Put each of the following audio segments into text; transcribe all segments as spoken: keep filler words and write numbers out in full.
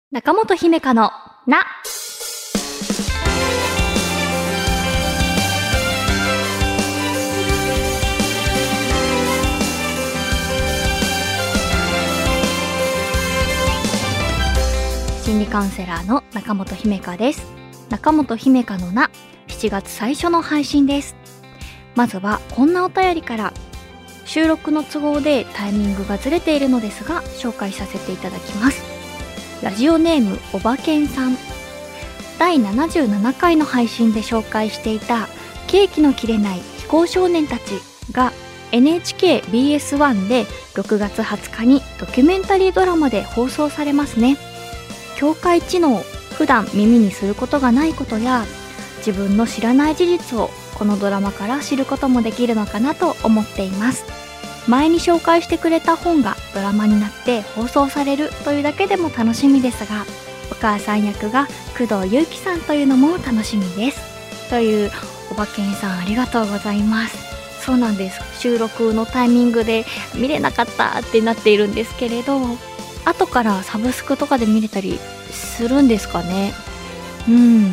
中本姫香のな。心理カウンセラーの中本姫香です。中本姫香のな、しちがつ最初の配信です。まずはこんなお便りから。収録の都合でタイミングがずれているのですが紹介させていただきます。ラジオネームおばけんさん。だいななじゅうななかいの配信で紹介していたケーキの切れない非行少年たちが エヌエイチケービーエスワン でろくがつはつかにドキュメンタリードラマで放送されますね。境界知能、普段耳にすることがないことや自分の知らない事実をこのドラマから知ることもできるのかなと思っています。前に紹介してくれた本がドラマになって放送されるというだけでも楽しみですが、お母さん役が工藤夕貴さんというのも楽しみです。というおばけんさん、ありがとうございます。そうなんです。収録のタイミングで見れなかったってなっているんですけれど、後からサブスクとかで見れたりするんですかね。うん、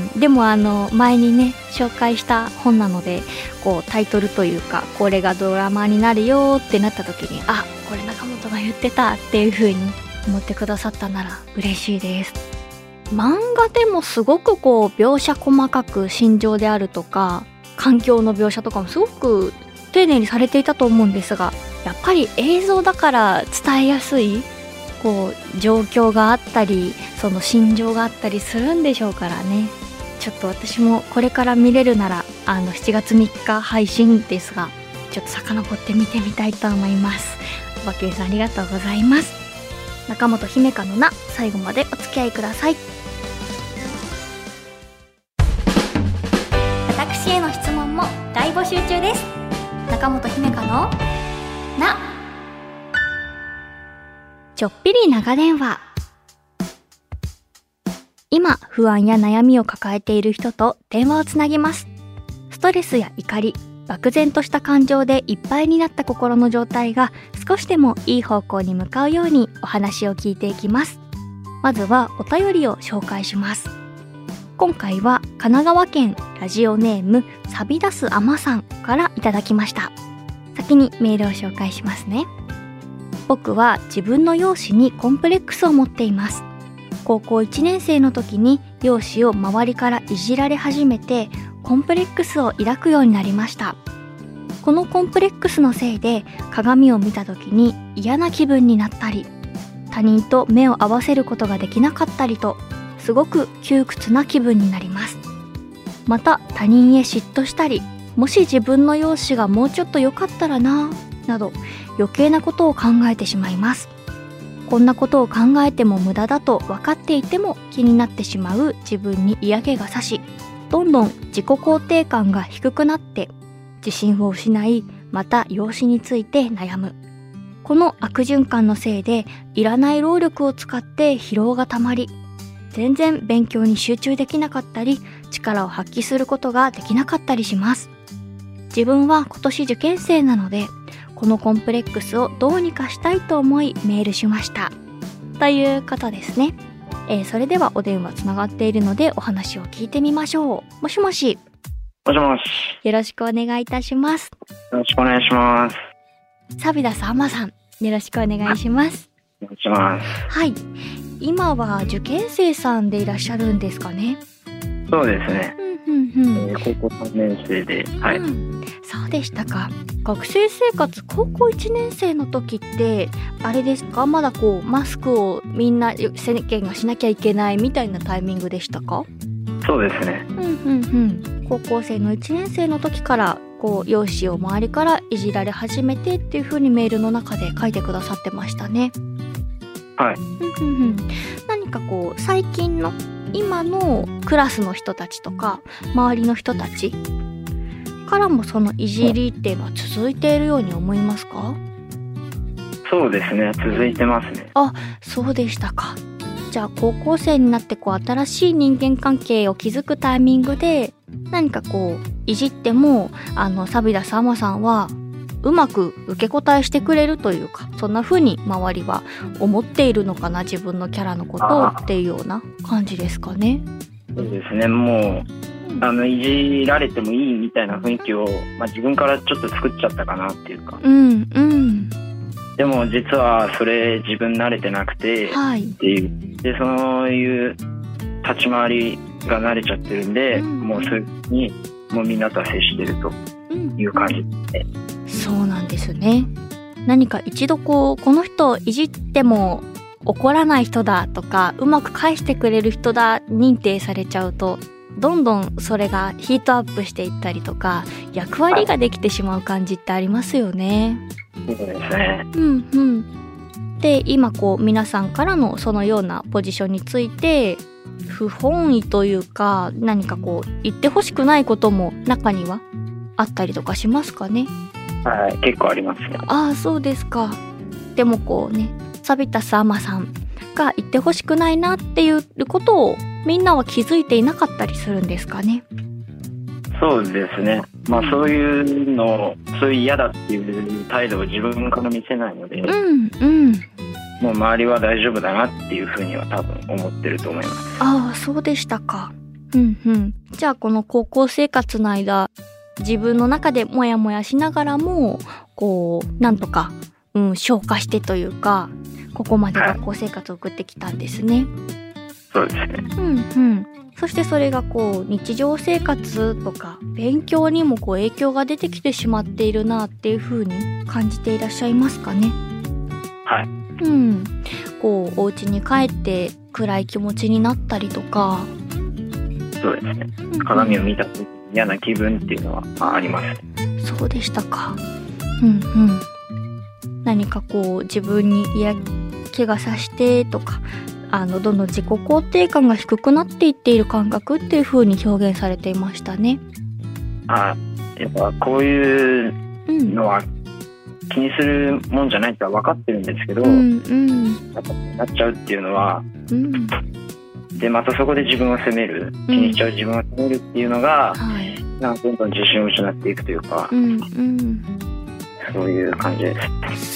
でもあの前にね紹介した本なので、こうタイトルというかこれがドラマになるよってなった時に、あ、これ中本が言ってたっていう風に思ってくださったなら嬉しいです。漫画でもすごくこう描写細かく心情であるとか環境の描写とかもすごく丁寧にされていたと思うんですが、やっぱり映像だから伝えやすいこう状況があったり、その心情があったりするんでしょうからね。ちょっと私もこれから見れるならあのしちがつみっか配信ですが、ちょっと遡って見てみたいと思います。おばけんさん、ありがとうございます。中本姫香のな、最後までお付き合いください。私への質問も大募集中です。中本姫香のな。ちょっぴり長電話。今不安や悩みを抱えている人と電話をつなぎます。ストレスや怒り、漠然とした感情でいっぱいになった心の状態が少しでもいい方向に向かうようにお話を聞いていきます。まずはお便りを紹介します。今回は神奈川県ラジオネームさび出すあまさんからいただきました。先にメールを紹介しますね。僕は自分の容姿にコンプレックスを持っています。高校いちねん生の時に容姿を周りからいじられ始めてコンプレックスを抱くようになりました。このコンプレックスのせいで鏡を見た時に嫌な気分になったり、他人と目を合わせることができなかったりと、すごく窮屈な気分になります。また他人へ嫉妬したり、もし自分の容姿がもうちょっと良かったらななど余計なことを考えてしまいます。こんなことを考えても無駄だと分かっていても気になってしまう自分に嫌気がさし、どんどん自己肯定感が低くなって自信を失い、また容姿について悩む。この悪循環のせいでいらない労力を使って疲労がたまり、全然勉強に集中できなかったり、力を発揮することができなかったりします。自分は今年受験生なので、このコンプレックスをどうにかしたいと思いメールしました。ということですね。えー、それではお電話つながっているのでお話を聞いてみましょう。もしもし。 もしもし。 よろしくお願いいたします。 よろしくお願いします。 サビダスアマさん、よろしくお願いします。 お願いします。 はい。今は受験生さんでいらっしゃるんですかね。 そうですね。 うんうんうん。 えー、高校さんねん生で、はい、うん。 そうでしたか。学生生活、高校いちねん生の時ってあれですか、まだこうマスクをみんな世間がしなきゃいけないみたいなタイミングでしたか？ そうですね。 うんうんうん。高校生のいちねん生の時からこう容姿を周りからいじられ始めてっていう風にメールの中で書いてくださってましたね。 はい。 うんうんうん。何かこう最近の今のクラスの人たちとか周りの人たちからもそのいじりっていうのは続いているように思いますか？ そうですね、続いてますね。 あ、そうでしたか。じゃあ高校生になってこう新しい人間関係を築くタイミングで何かこういじってもあのサビダスアマさんはうまく受け答えしてくれるというか、そんな風に周りは思っているのかな、自分のキャラのことをっていうような感じですかね。 そうですね。もうあのいじられてもいいみたいな雰囲気を、まあ、自分からちょっと作っちゃったかなっていうか。 うんうん。 でも実はそれ自分慣れてなくて、はい、っていうでそういう立ち回りが慣れちゃってるんで、うん、もうそういうふうにもうみんなとは接してるという感じで、 うん、そうなんですね。何か一度こうこの人いじっても怒らない人だとか、うまく返してくれる人だ認定されちゃうと、どんどんそれがヒートアップしていったりとか、役割ができてしまう感じってありますよね。 そうですね。 うんうん。で、今こう皆さんからのそのようなポジションについて不本意というか、何かこう言ってほしくないことも中にはあったりとかしますかね。 はい、結構ありますね。 ああ、そうですか。でもこうね、サビタスアマさんが言ってほしくないなっていうことをみんなは気づいていなかったりするんですかね。 そうですね。まあそういうの、そういう嫌だっていう態度を自分から見せないので、 うんうん。 もう周りは大丈夫だなっていうふうには多分思ってると思います。 ああ、そうでしたか。うんうん。じゃあこの高校生活の間、自分の中でモヤモヤしながらも、こうなんとか、うん、消化してというか、ここまで学校生活を送ってきたんですね。はい、 そうですね。 うんうん。そしてそれがこう日常生活とか勉強にもこう影響が出てきてしまっているなっていう風に感じていらっしゃいますかね。 はい。 うん。こうお家に帰って暗い気持ちになったりとか。 そうですね。鏡を見た時嫌な気分っていうのは、まあ、あります。 そうでしたか。うんうん。何かこう自分に嫌気がさしてとか、あのどんどん自己肯定感が低くなっていっている感覚っていう風に表現されていましたね。 あ、やっぱこういうのは気にするもんじゃないっては分かってるんですけど、うんうん、やっぱなっちゃうっていうのは、うん、でまたそこで自分を責める、気にしちゃう自分を責めるっていうのが、うん、はい、なんかどんどん自信を失っていくというか、うんうん、そういう感じです。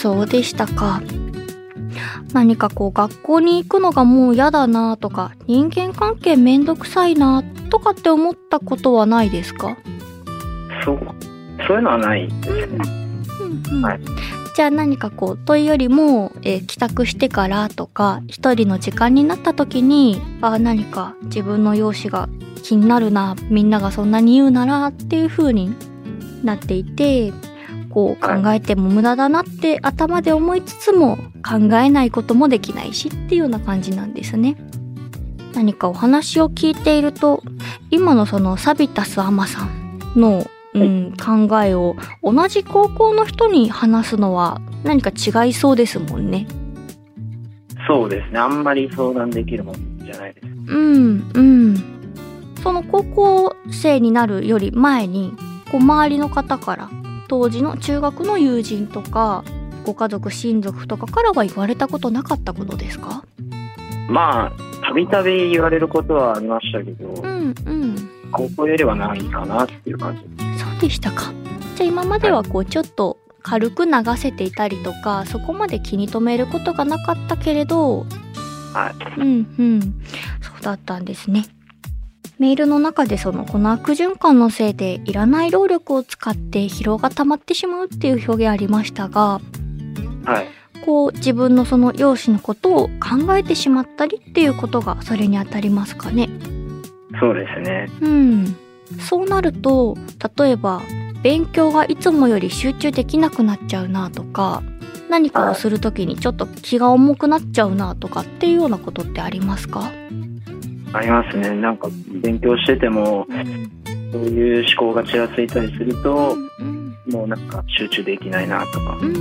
そうでしたか。何かこう学校に行くのがもう嫌だなとか、人間関係めんどくさいなとかって思ったことはないですか？ そう、そういうのはないですね。 うんうん、はい。じゃあ何かこうというよりも、えー、帰宅してからとか一人の時間になった時に、あ、何か自分の容姿が気になるな、みんながそんなに言うならっていう風になっていて、こう考えても無駄だなって頭で思いつつも考えないこともできないしっていうような感じなんですね。何かお話を聞いていると、今のそのサビタスアマさんの、うん、考えを同じ高校の人に話すのは何か違いそうですもんね。 そうですね。あんまり相談できるもんじゃないです。 うんうん。その高校生になるより前に、こう周りの方から当時の中学の友人とかご家族親族とかからは言われたことなかったことですか？ まあたびたび言われることはありましたけど、うんうん、高校よりはないかなっていう感じ。 そうでしたか。じゃあ今まではこうちょっと軽く流せていたりとか、そこまで気に留めることがなかったけれど、 はい、 うんうん、そうだったんですね。メールの中でそのこの悪循環のせいでいらない労力を使って疲労が溜まってしまうっていう表現ありましたが、 はい、 こう自分のその容姿のことを考えてしまったりっていうことがそれに当たりますかね。 そうですね。 うん。そうなると、例えば勉強がいつもより集中できなくなっちゃうなとか、何かをするときにちょっと気が重くなっちゃうなとかっていうようなことってありますか？ ありますね。なんか勉強してても、うん、そういう思考がちらついたりすると、うんうん、もうなんか集中できないなとか、うんうん、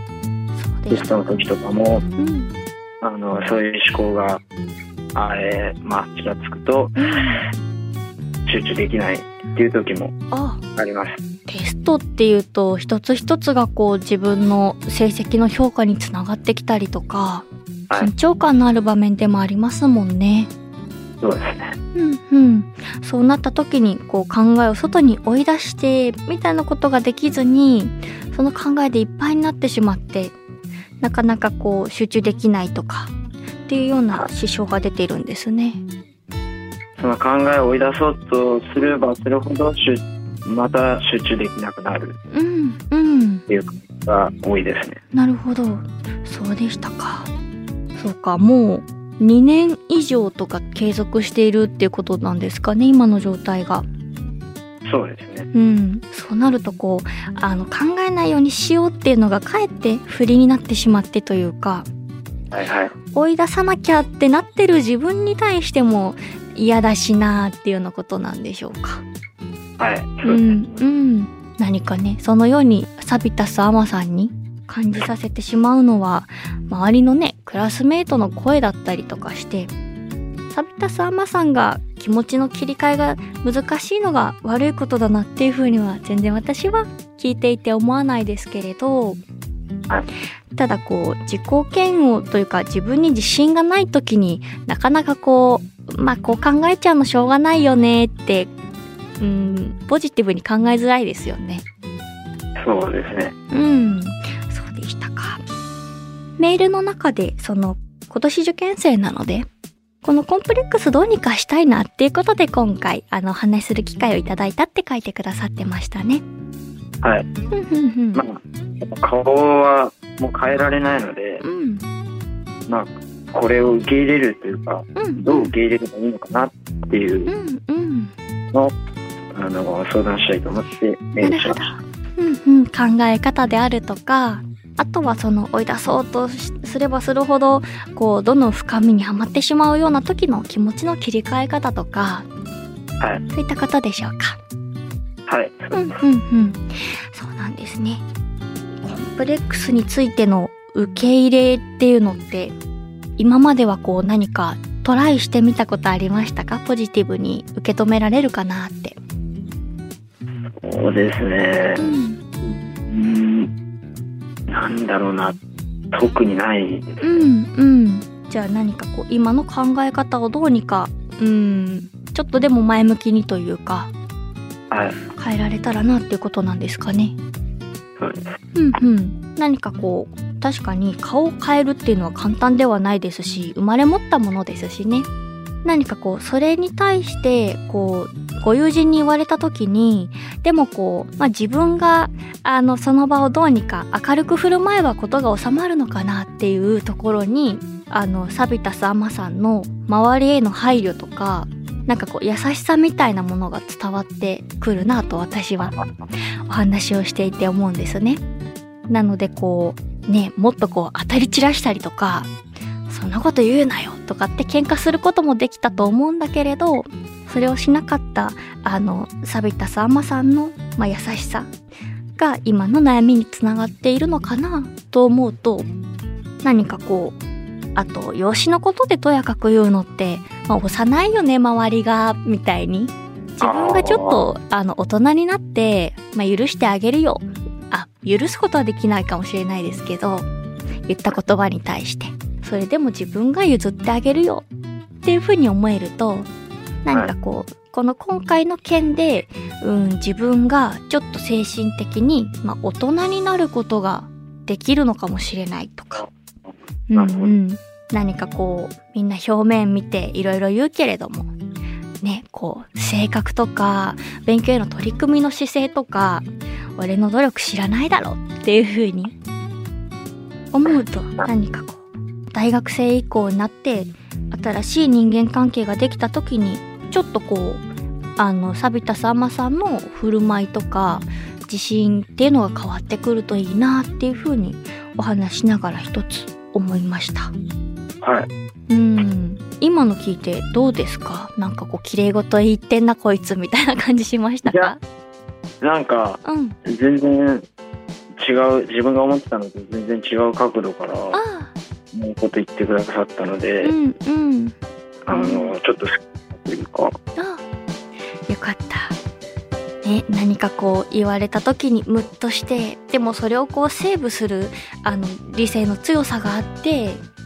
テストの時とかも、うん、あのそういう思考があれ、まあ、ちらつくと、うん、集中できないっていう時もあります。 テストっていうと一つ一つがこう自分の成績の評価につながってきたりとか、緊張感のある場面でもありますもんね。 そうですね。 うんうん。そうなった時にこう考えを外に追い出してみたいなことができずに、その考えでいっぱいになってしまって、なかなかこう集中できないとかっていうような支障が出ているんですね。 その考えを追い出そうとすればするほどまた集中できなくなるうんうんっていうことが多いですね。 なるほど、そうでしたか。そうか、もうにねん以上とか継続しているっていうことなんですかね、今の状態が。 そうですね。 うん、そうなるとこうあの考えないようにしようっていうのがかえって不利になってしまってというか、 はいはい、 追い出さなきゃってなってる自分に対しても嫌だしなっていうようなことなんでしょうか。 はい、そうですね。 うんうん、何かね、そのようにサビタスアマさんに感じさせてしまうのは周りのねクラスメートの声だったりとかして、サビタスアマさんが気持ちの切り替えが難しいのが悪いことだなっていうふうには全然私は聞いていて思わないですけれど、 はい、 ただこう自己嫌悪というか自分に自信がない時になかなかこうまあこう考えちゃうのしょうがないよねってうんポジティブに考えづらいですよね。 そうですね。 うん、そうでしたか。メールの中でその今年受験生なのでこのコンプレックスどうにかしたいなっていうことで今回あのお話しする機会をいただいたって書いてくださってましたね。 はい。 うんうんうん。 まあ顔はもう変えられないので、 うん、 まあこれを受け入れるというか、 うん、 どう受け入れればいいのかなっていうのを、うんうん、あの相談したいと思ってメールしました。 うんうん、考え方であるとか、あとはその追い出そうとすればするほどこうどんどん深みにはまってしまうような時の気持ちの切り替え方とか、 はい、 そういったことでしょうか。 はい。 うんうんうん、そうなんですね。コンプレックスについての受け入れっていうのって今まではこう何かトライしてみたことありましたか？ポジティブに受け止められるかなって。 そうですね。うん、うんなんだろうな、特にないですね。うんうん。じゃあ何かこう今の考え方をどうにか、うんちょっとでも前向きにというか、 はい、 変えられたらなっていうことなんですかね。 そうです。 うんうん。何かこう確かに顔を変えるっていうのは簡単ではないですし、生まれ持ったものですしね。何かこうそれに対してこうご友人に言われた時に、でもこう、まあ、自分があのその場をどうにか明るく振る舞えばことが収まるのかなっていうところに、あのサビタスアマさんの周りへの配慮とか、なんかこう優しさみたいなものが伝わってくるなと私はお話をしていて思うんですね。なのでこうね、もっとこう当たり散らしたりとか、そんなこと言うなよとかって喧嘩することもできたと思うんだけれど、それをしなかったあのサビタスアマさんの、まあ、優しさが今の悩みにつながっているのかなと思うと、何かこうあと養子のことでとやかく言うのって、まあ、幼いよね周りがみたいに、自分がちょっとあの大人になって、まあ、許してあげるよ、あ許すことはできないかもしれないですけど、言った言葉に対してそれでも自分が譲ってあげるよっていうふうに思えると、何かこう、はい、この今回の件で、うん、自分がちょっと精神的に、まあ、大人になることができるのかもしれないとか、うんうん、何かこうみんな表面見ていろいろ言うけれどもね、こう性格とか勉強への取り組みの姿勢とか、俺の努力知らないだろっていうふうに思うと、何かこう大学生以降になって新しい人間関係ができた時にちょっとこうあのサビタスアマさんの振る舞いとか自信っていうのが変わってくるといいなっていう風にお話しながら一つ思いました。 はい。 うん。今の聞いてどうですか？なんかこう綺麗事言ってんなこいつみたいな感じしましたか？ いや、なんか、うん、全然違う、自分が思ってたのと全然違う角度からもうこと言ってくださったので、うんうん、あの、うん、ちょっと好きというか、 あ、よかった。ね、何かこう言われた時にムッとして、でもそれをこうセーブするあの理性の強さがあって、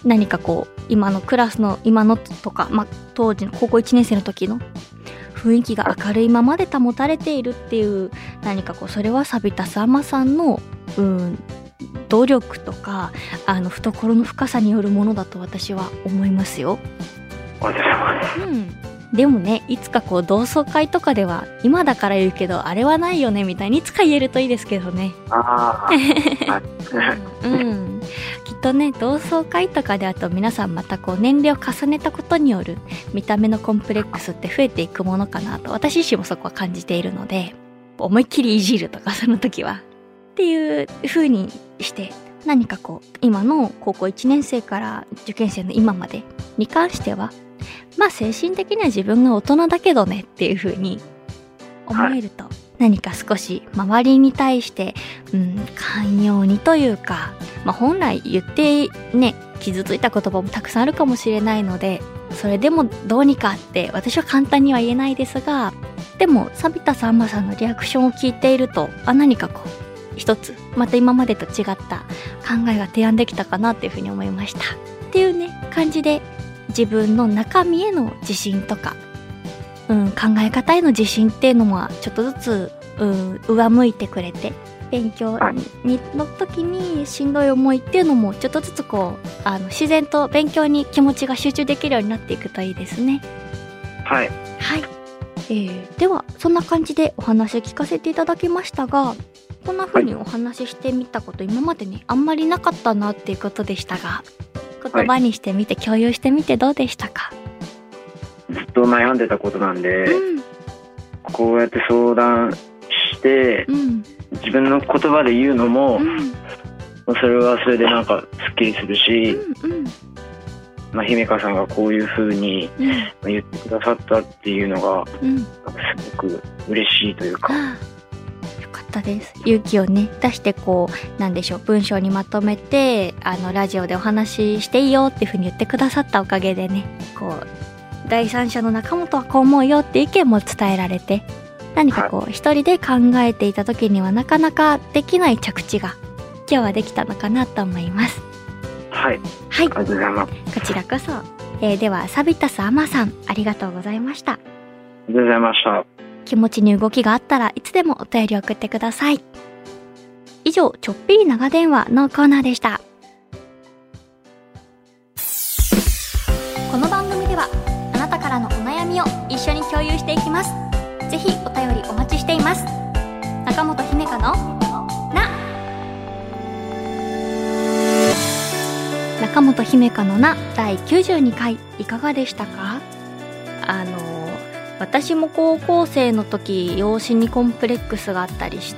何かこう今のクラスの今のとか、まあ、当時の高校いちねん生の時の雰囲気が明るいままで保たれているっていう、何かこうそれはサビタスアマさんのうん努力とかあの懐の深さによるものだと私は思いますよ。 ありがとうございます。 うん、でもね、いつかこう同窓会とかでは今だから言うけどあれはないよねみたいにいつか言えるといいですけどね。 ああ、 うん、きっとね同窓会とかであと皆さんまたこう年齢を重ねたことによる見た目のコンプレックスって増えていくものかなと私自身もそこは感じているので、思いっきりいじるとかその時はっていう風にして何かこう今の高校いちねん生から受験生の今までに関してはまあ精神的には自分が大人だけどねっていう風に思えると、はい、何か少し周りに対して、うん、寛容にというか、まあ、本来言ってね傷ついた言葉もたくさんあるかもしれないのでそれでもどうにかって私は簡単には言えないですが、でもサビタさんアンマさんのリアクションを聞いているとあ何かこう一つまた今までと違った考えが提案できたかなっていうふうに思いましたっていうね感じで、自分の中身への自信とか、うん、考え方への自信っていうのもちょっとずつ、うん、上向いてくれて、勉強にの時にしんどい思いっていうのもちょっとずつこうあの自然と勉強に気持ちが集中できるようになっていくといいですね。 はいはい、えー、ではそんな感じでお話聞かせていただきましたが、こんな風にお話ししてみたこと今までねあんまりなかったなっていうことでしたが、言葉にしてみて、はい、共有してみてどうでしたか？ ずっと悩んでたことなんで、 うん、 こうやって相談して、うん、自分の言葉で言うのも、うん、それはそれでなんかすっきりするし、うんうん、まあ、姫香さんがこういう風に言ってくださったっていうのが、うん、なんかすごく嬉しいというか、 よかったです。勇気をね出してこうなんでしょう文章にまとめてあのラジオでお話ししていいよっていう風に言ってくださったおかげでね、こう第三者の中本はこう思うよって意見も伝えられて、何かこう一人で考えていた時にはなかなかできない着地が今日はできたのかなと思います。 はい、 はい、 ありがとうございます。 こちらこそ、えー、ではサビタスアマさんありがとうございました。ありがとうございました。 気持ちに動きがあったらいつでもお便り送ってください。以上ちょっぴり長電話のコーナーでした。この番組ではあなたからのお悩みを一緒に共有していきます。ぜひお便りお待ちしています。中本姫香のな中本姫香のなだいきゅうじゅうにかいいかがでしたか？あの私も高校生の時養子にコンプレックスがあったりして、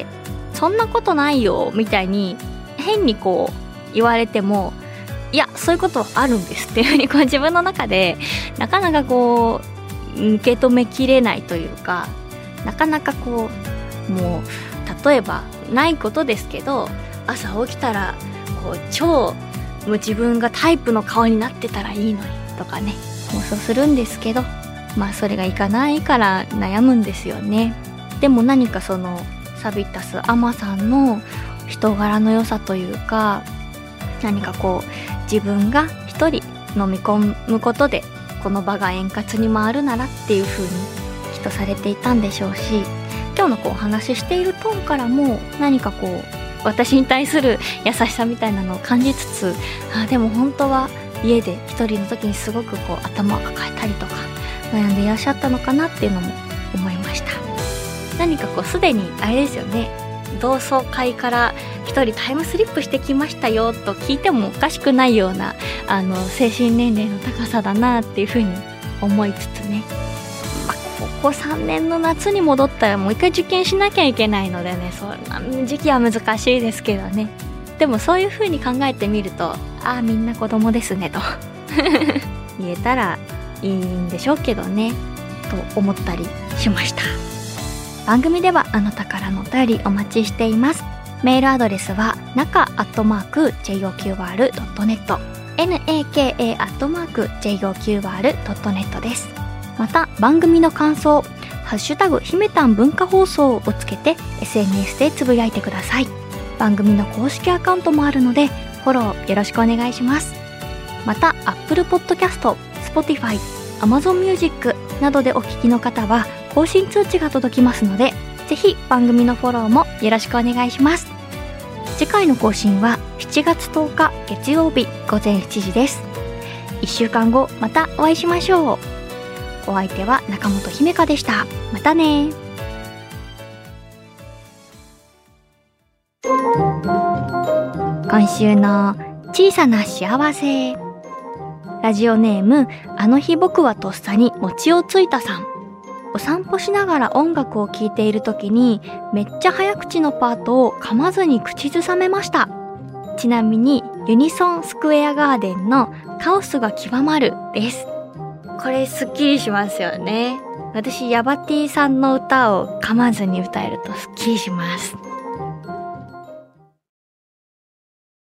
そんなことないよみたいに変にこう言われても、いやそういうことあるんですっていうふうにこう自分の中でなかなかこう受け止めきれないというか、なかなかこうもう例えばないことですけど、朝起きたらこう超もう自分がタイプの顔になってたらいいのにとかね妄想するんですけど、まあそれがいかないから悩むんですよね。でも何かそのサビタスアマさんの人柄の良さというか、何かこう自分が一人飲み込むことでこの場が円滑に回るならっていう風にきっとされていたんでしょうし、今日のこうお話ししているトーンからも何かこう私に対する優しさみたいなのを感じつつ、あでも本当は家で一人の時にすごくこう頭を抱えたりとか悩んでいらっしゃったのかなっていうのも思いました。何かこうすでにあれですよね、同窓会から一人タイムスリップしてきましたよと聞いてもおかしくないようなあの精神年齢の高さだなっていうふうに思いつつね、まあ、高校さんねんの夏に戻ったらもう一回受験しなきゃいけないのでね、そんな時期は難しいですけどね。でもそういうふうに考えてみると、ああみんな子供ですねと言えたらいいんでしょうけどねと思ったりしました。番組ではあなたからのお便りお待ちしています。メールアドレスはなかアットマーク ジェイオーキューアールドットネット ナカ アットマーク ジェイオーキューアールドットネット です。また番組の感想ハッシュタグひめたん文化放送をつけて エスエヌエス でつぶやいてください。番組の公式アカウントもあるのでフォローよろしくお願いします。 また Apple Podcast、Spotify、Amazon Music などでお聞きの方は更新通知が届きますので、ぜひ番組のフォローもよろしくお願いします。次回の更新はしちがつとおか月曜日ごぜんしちじです。いっしゅうかんごまたお会いしましょう。お相手は中本姫香でした。またね。今週の小さな幸せ。ラジオネーム、あの日僕はとっさに餅をついたさん。お散歩しながら音楽を聴いている時にめっちゃ早口のパートを噛まずに口ずさめました。ちなみにユニソンスクエアガーデンのカオスが極まるです。これスッキリしますよね。私ヤバティさんの歌を噛まずに歌えるとスッキリします。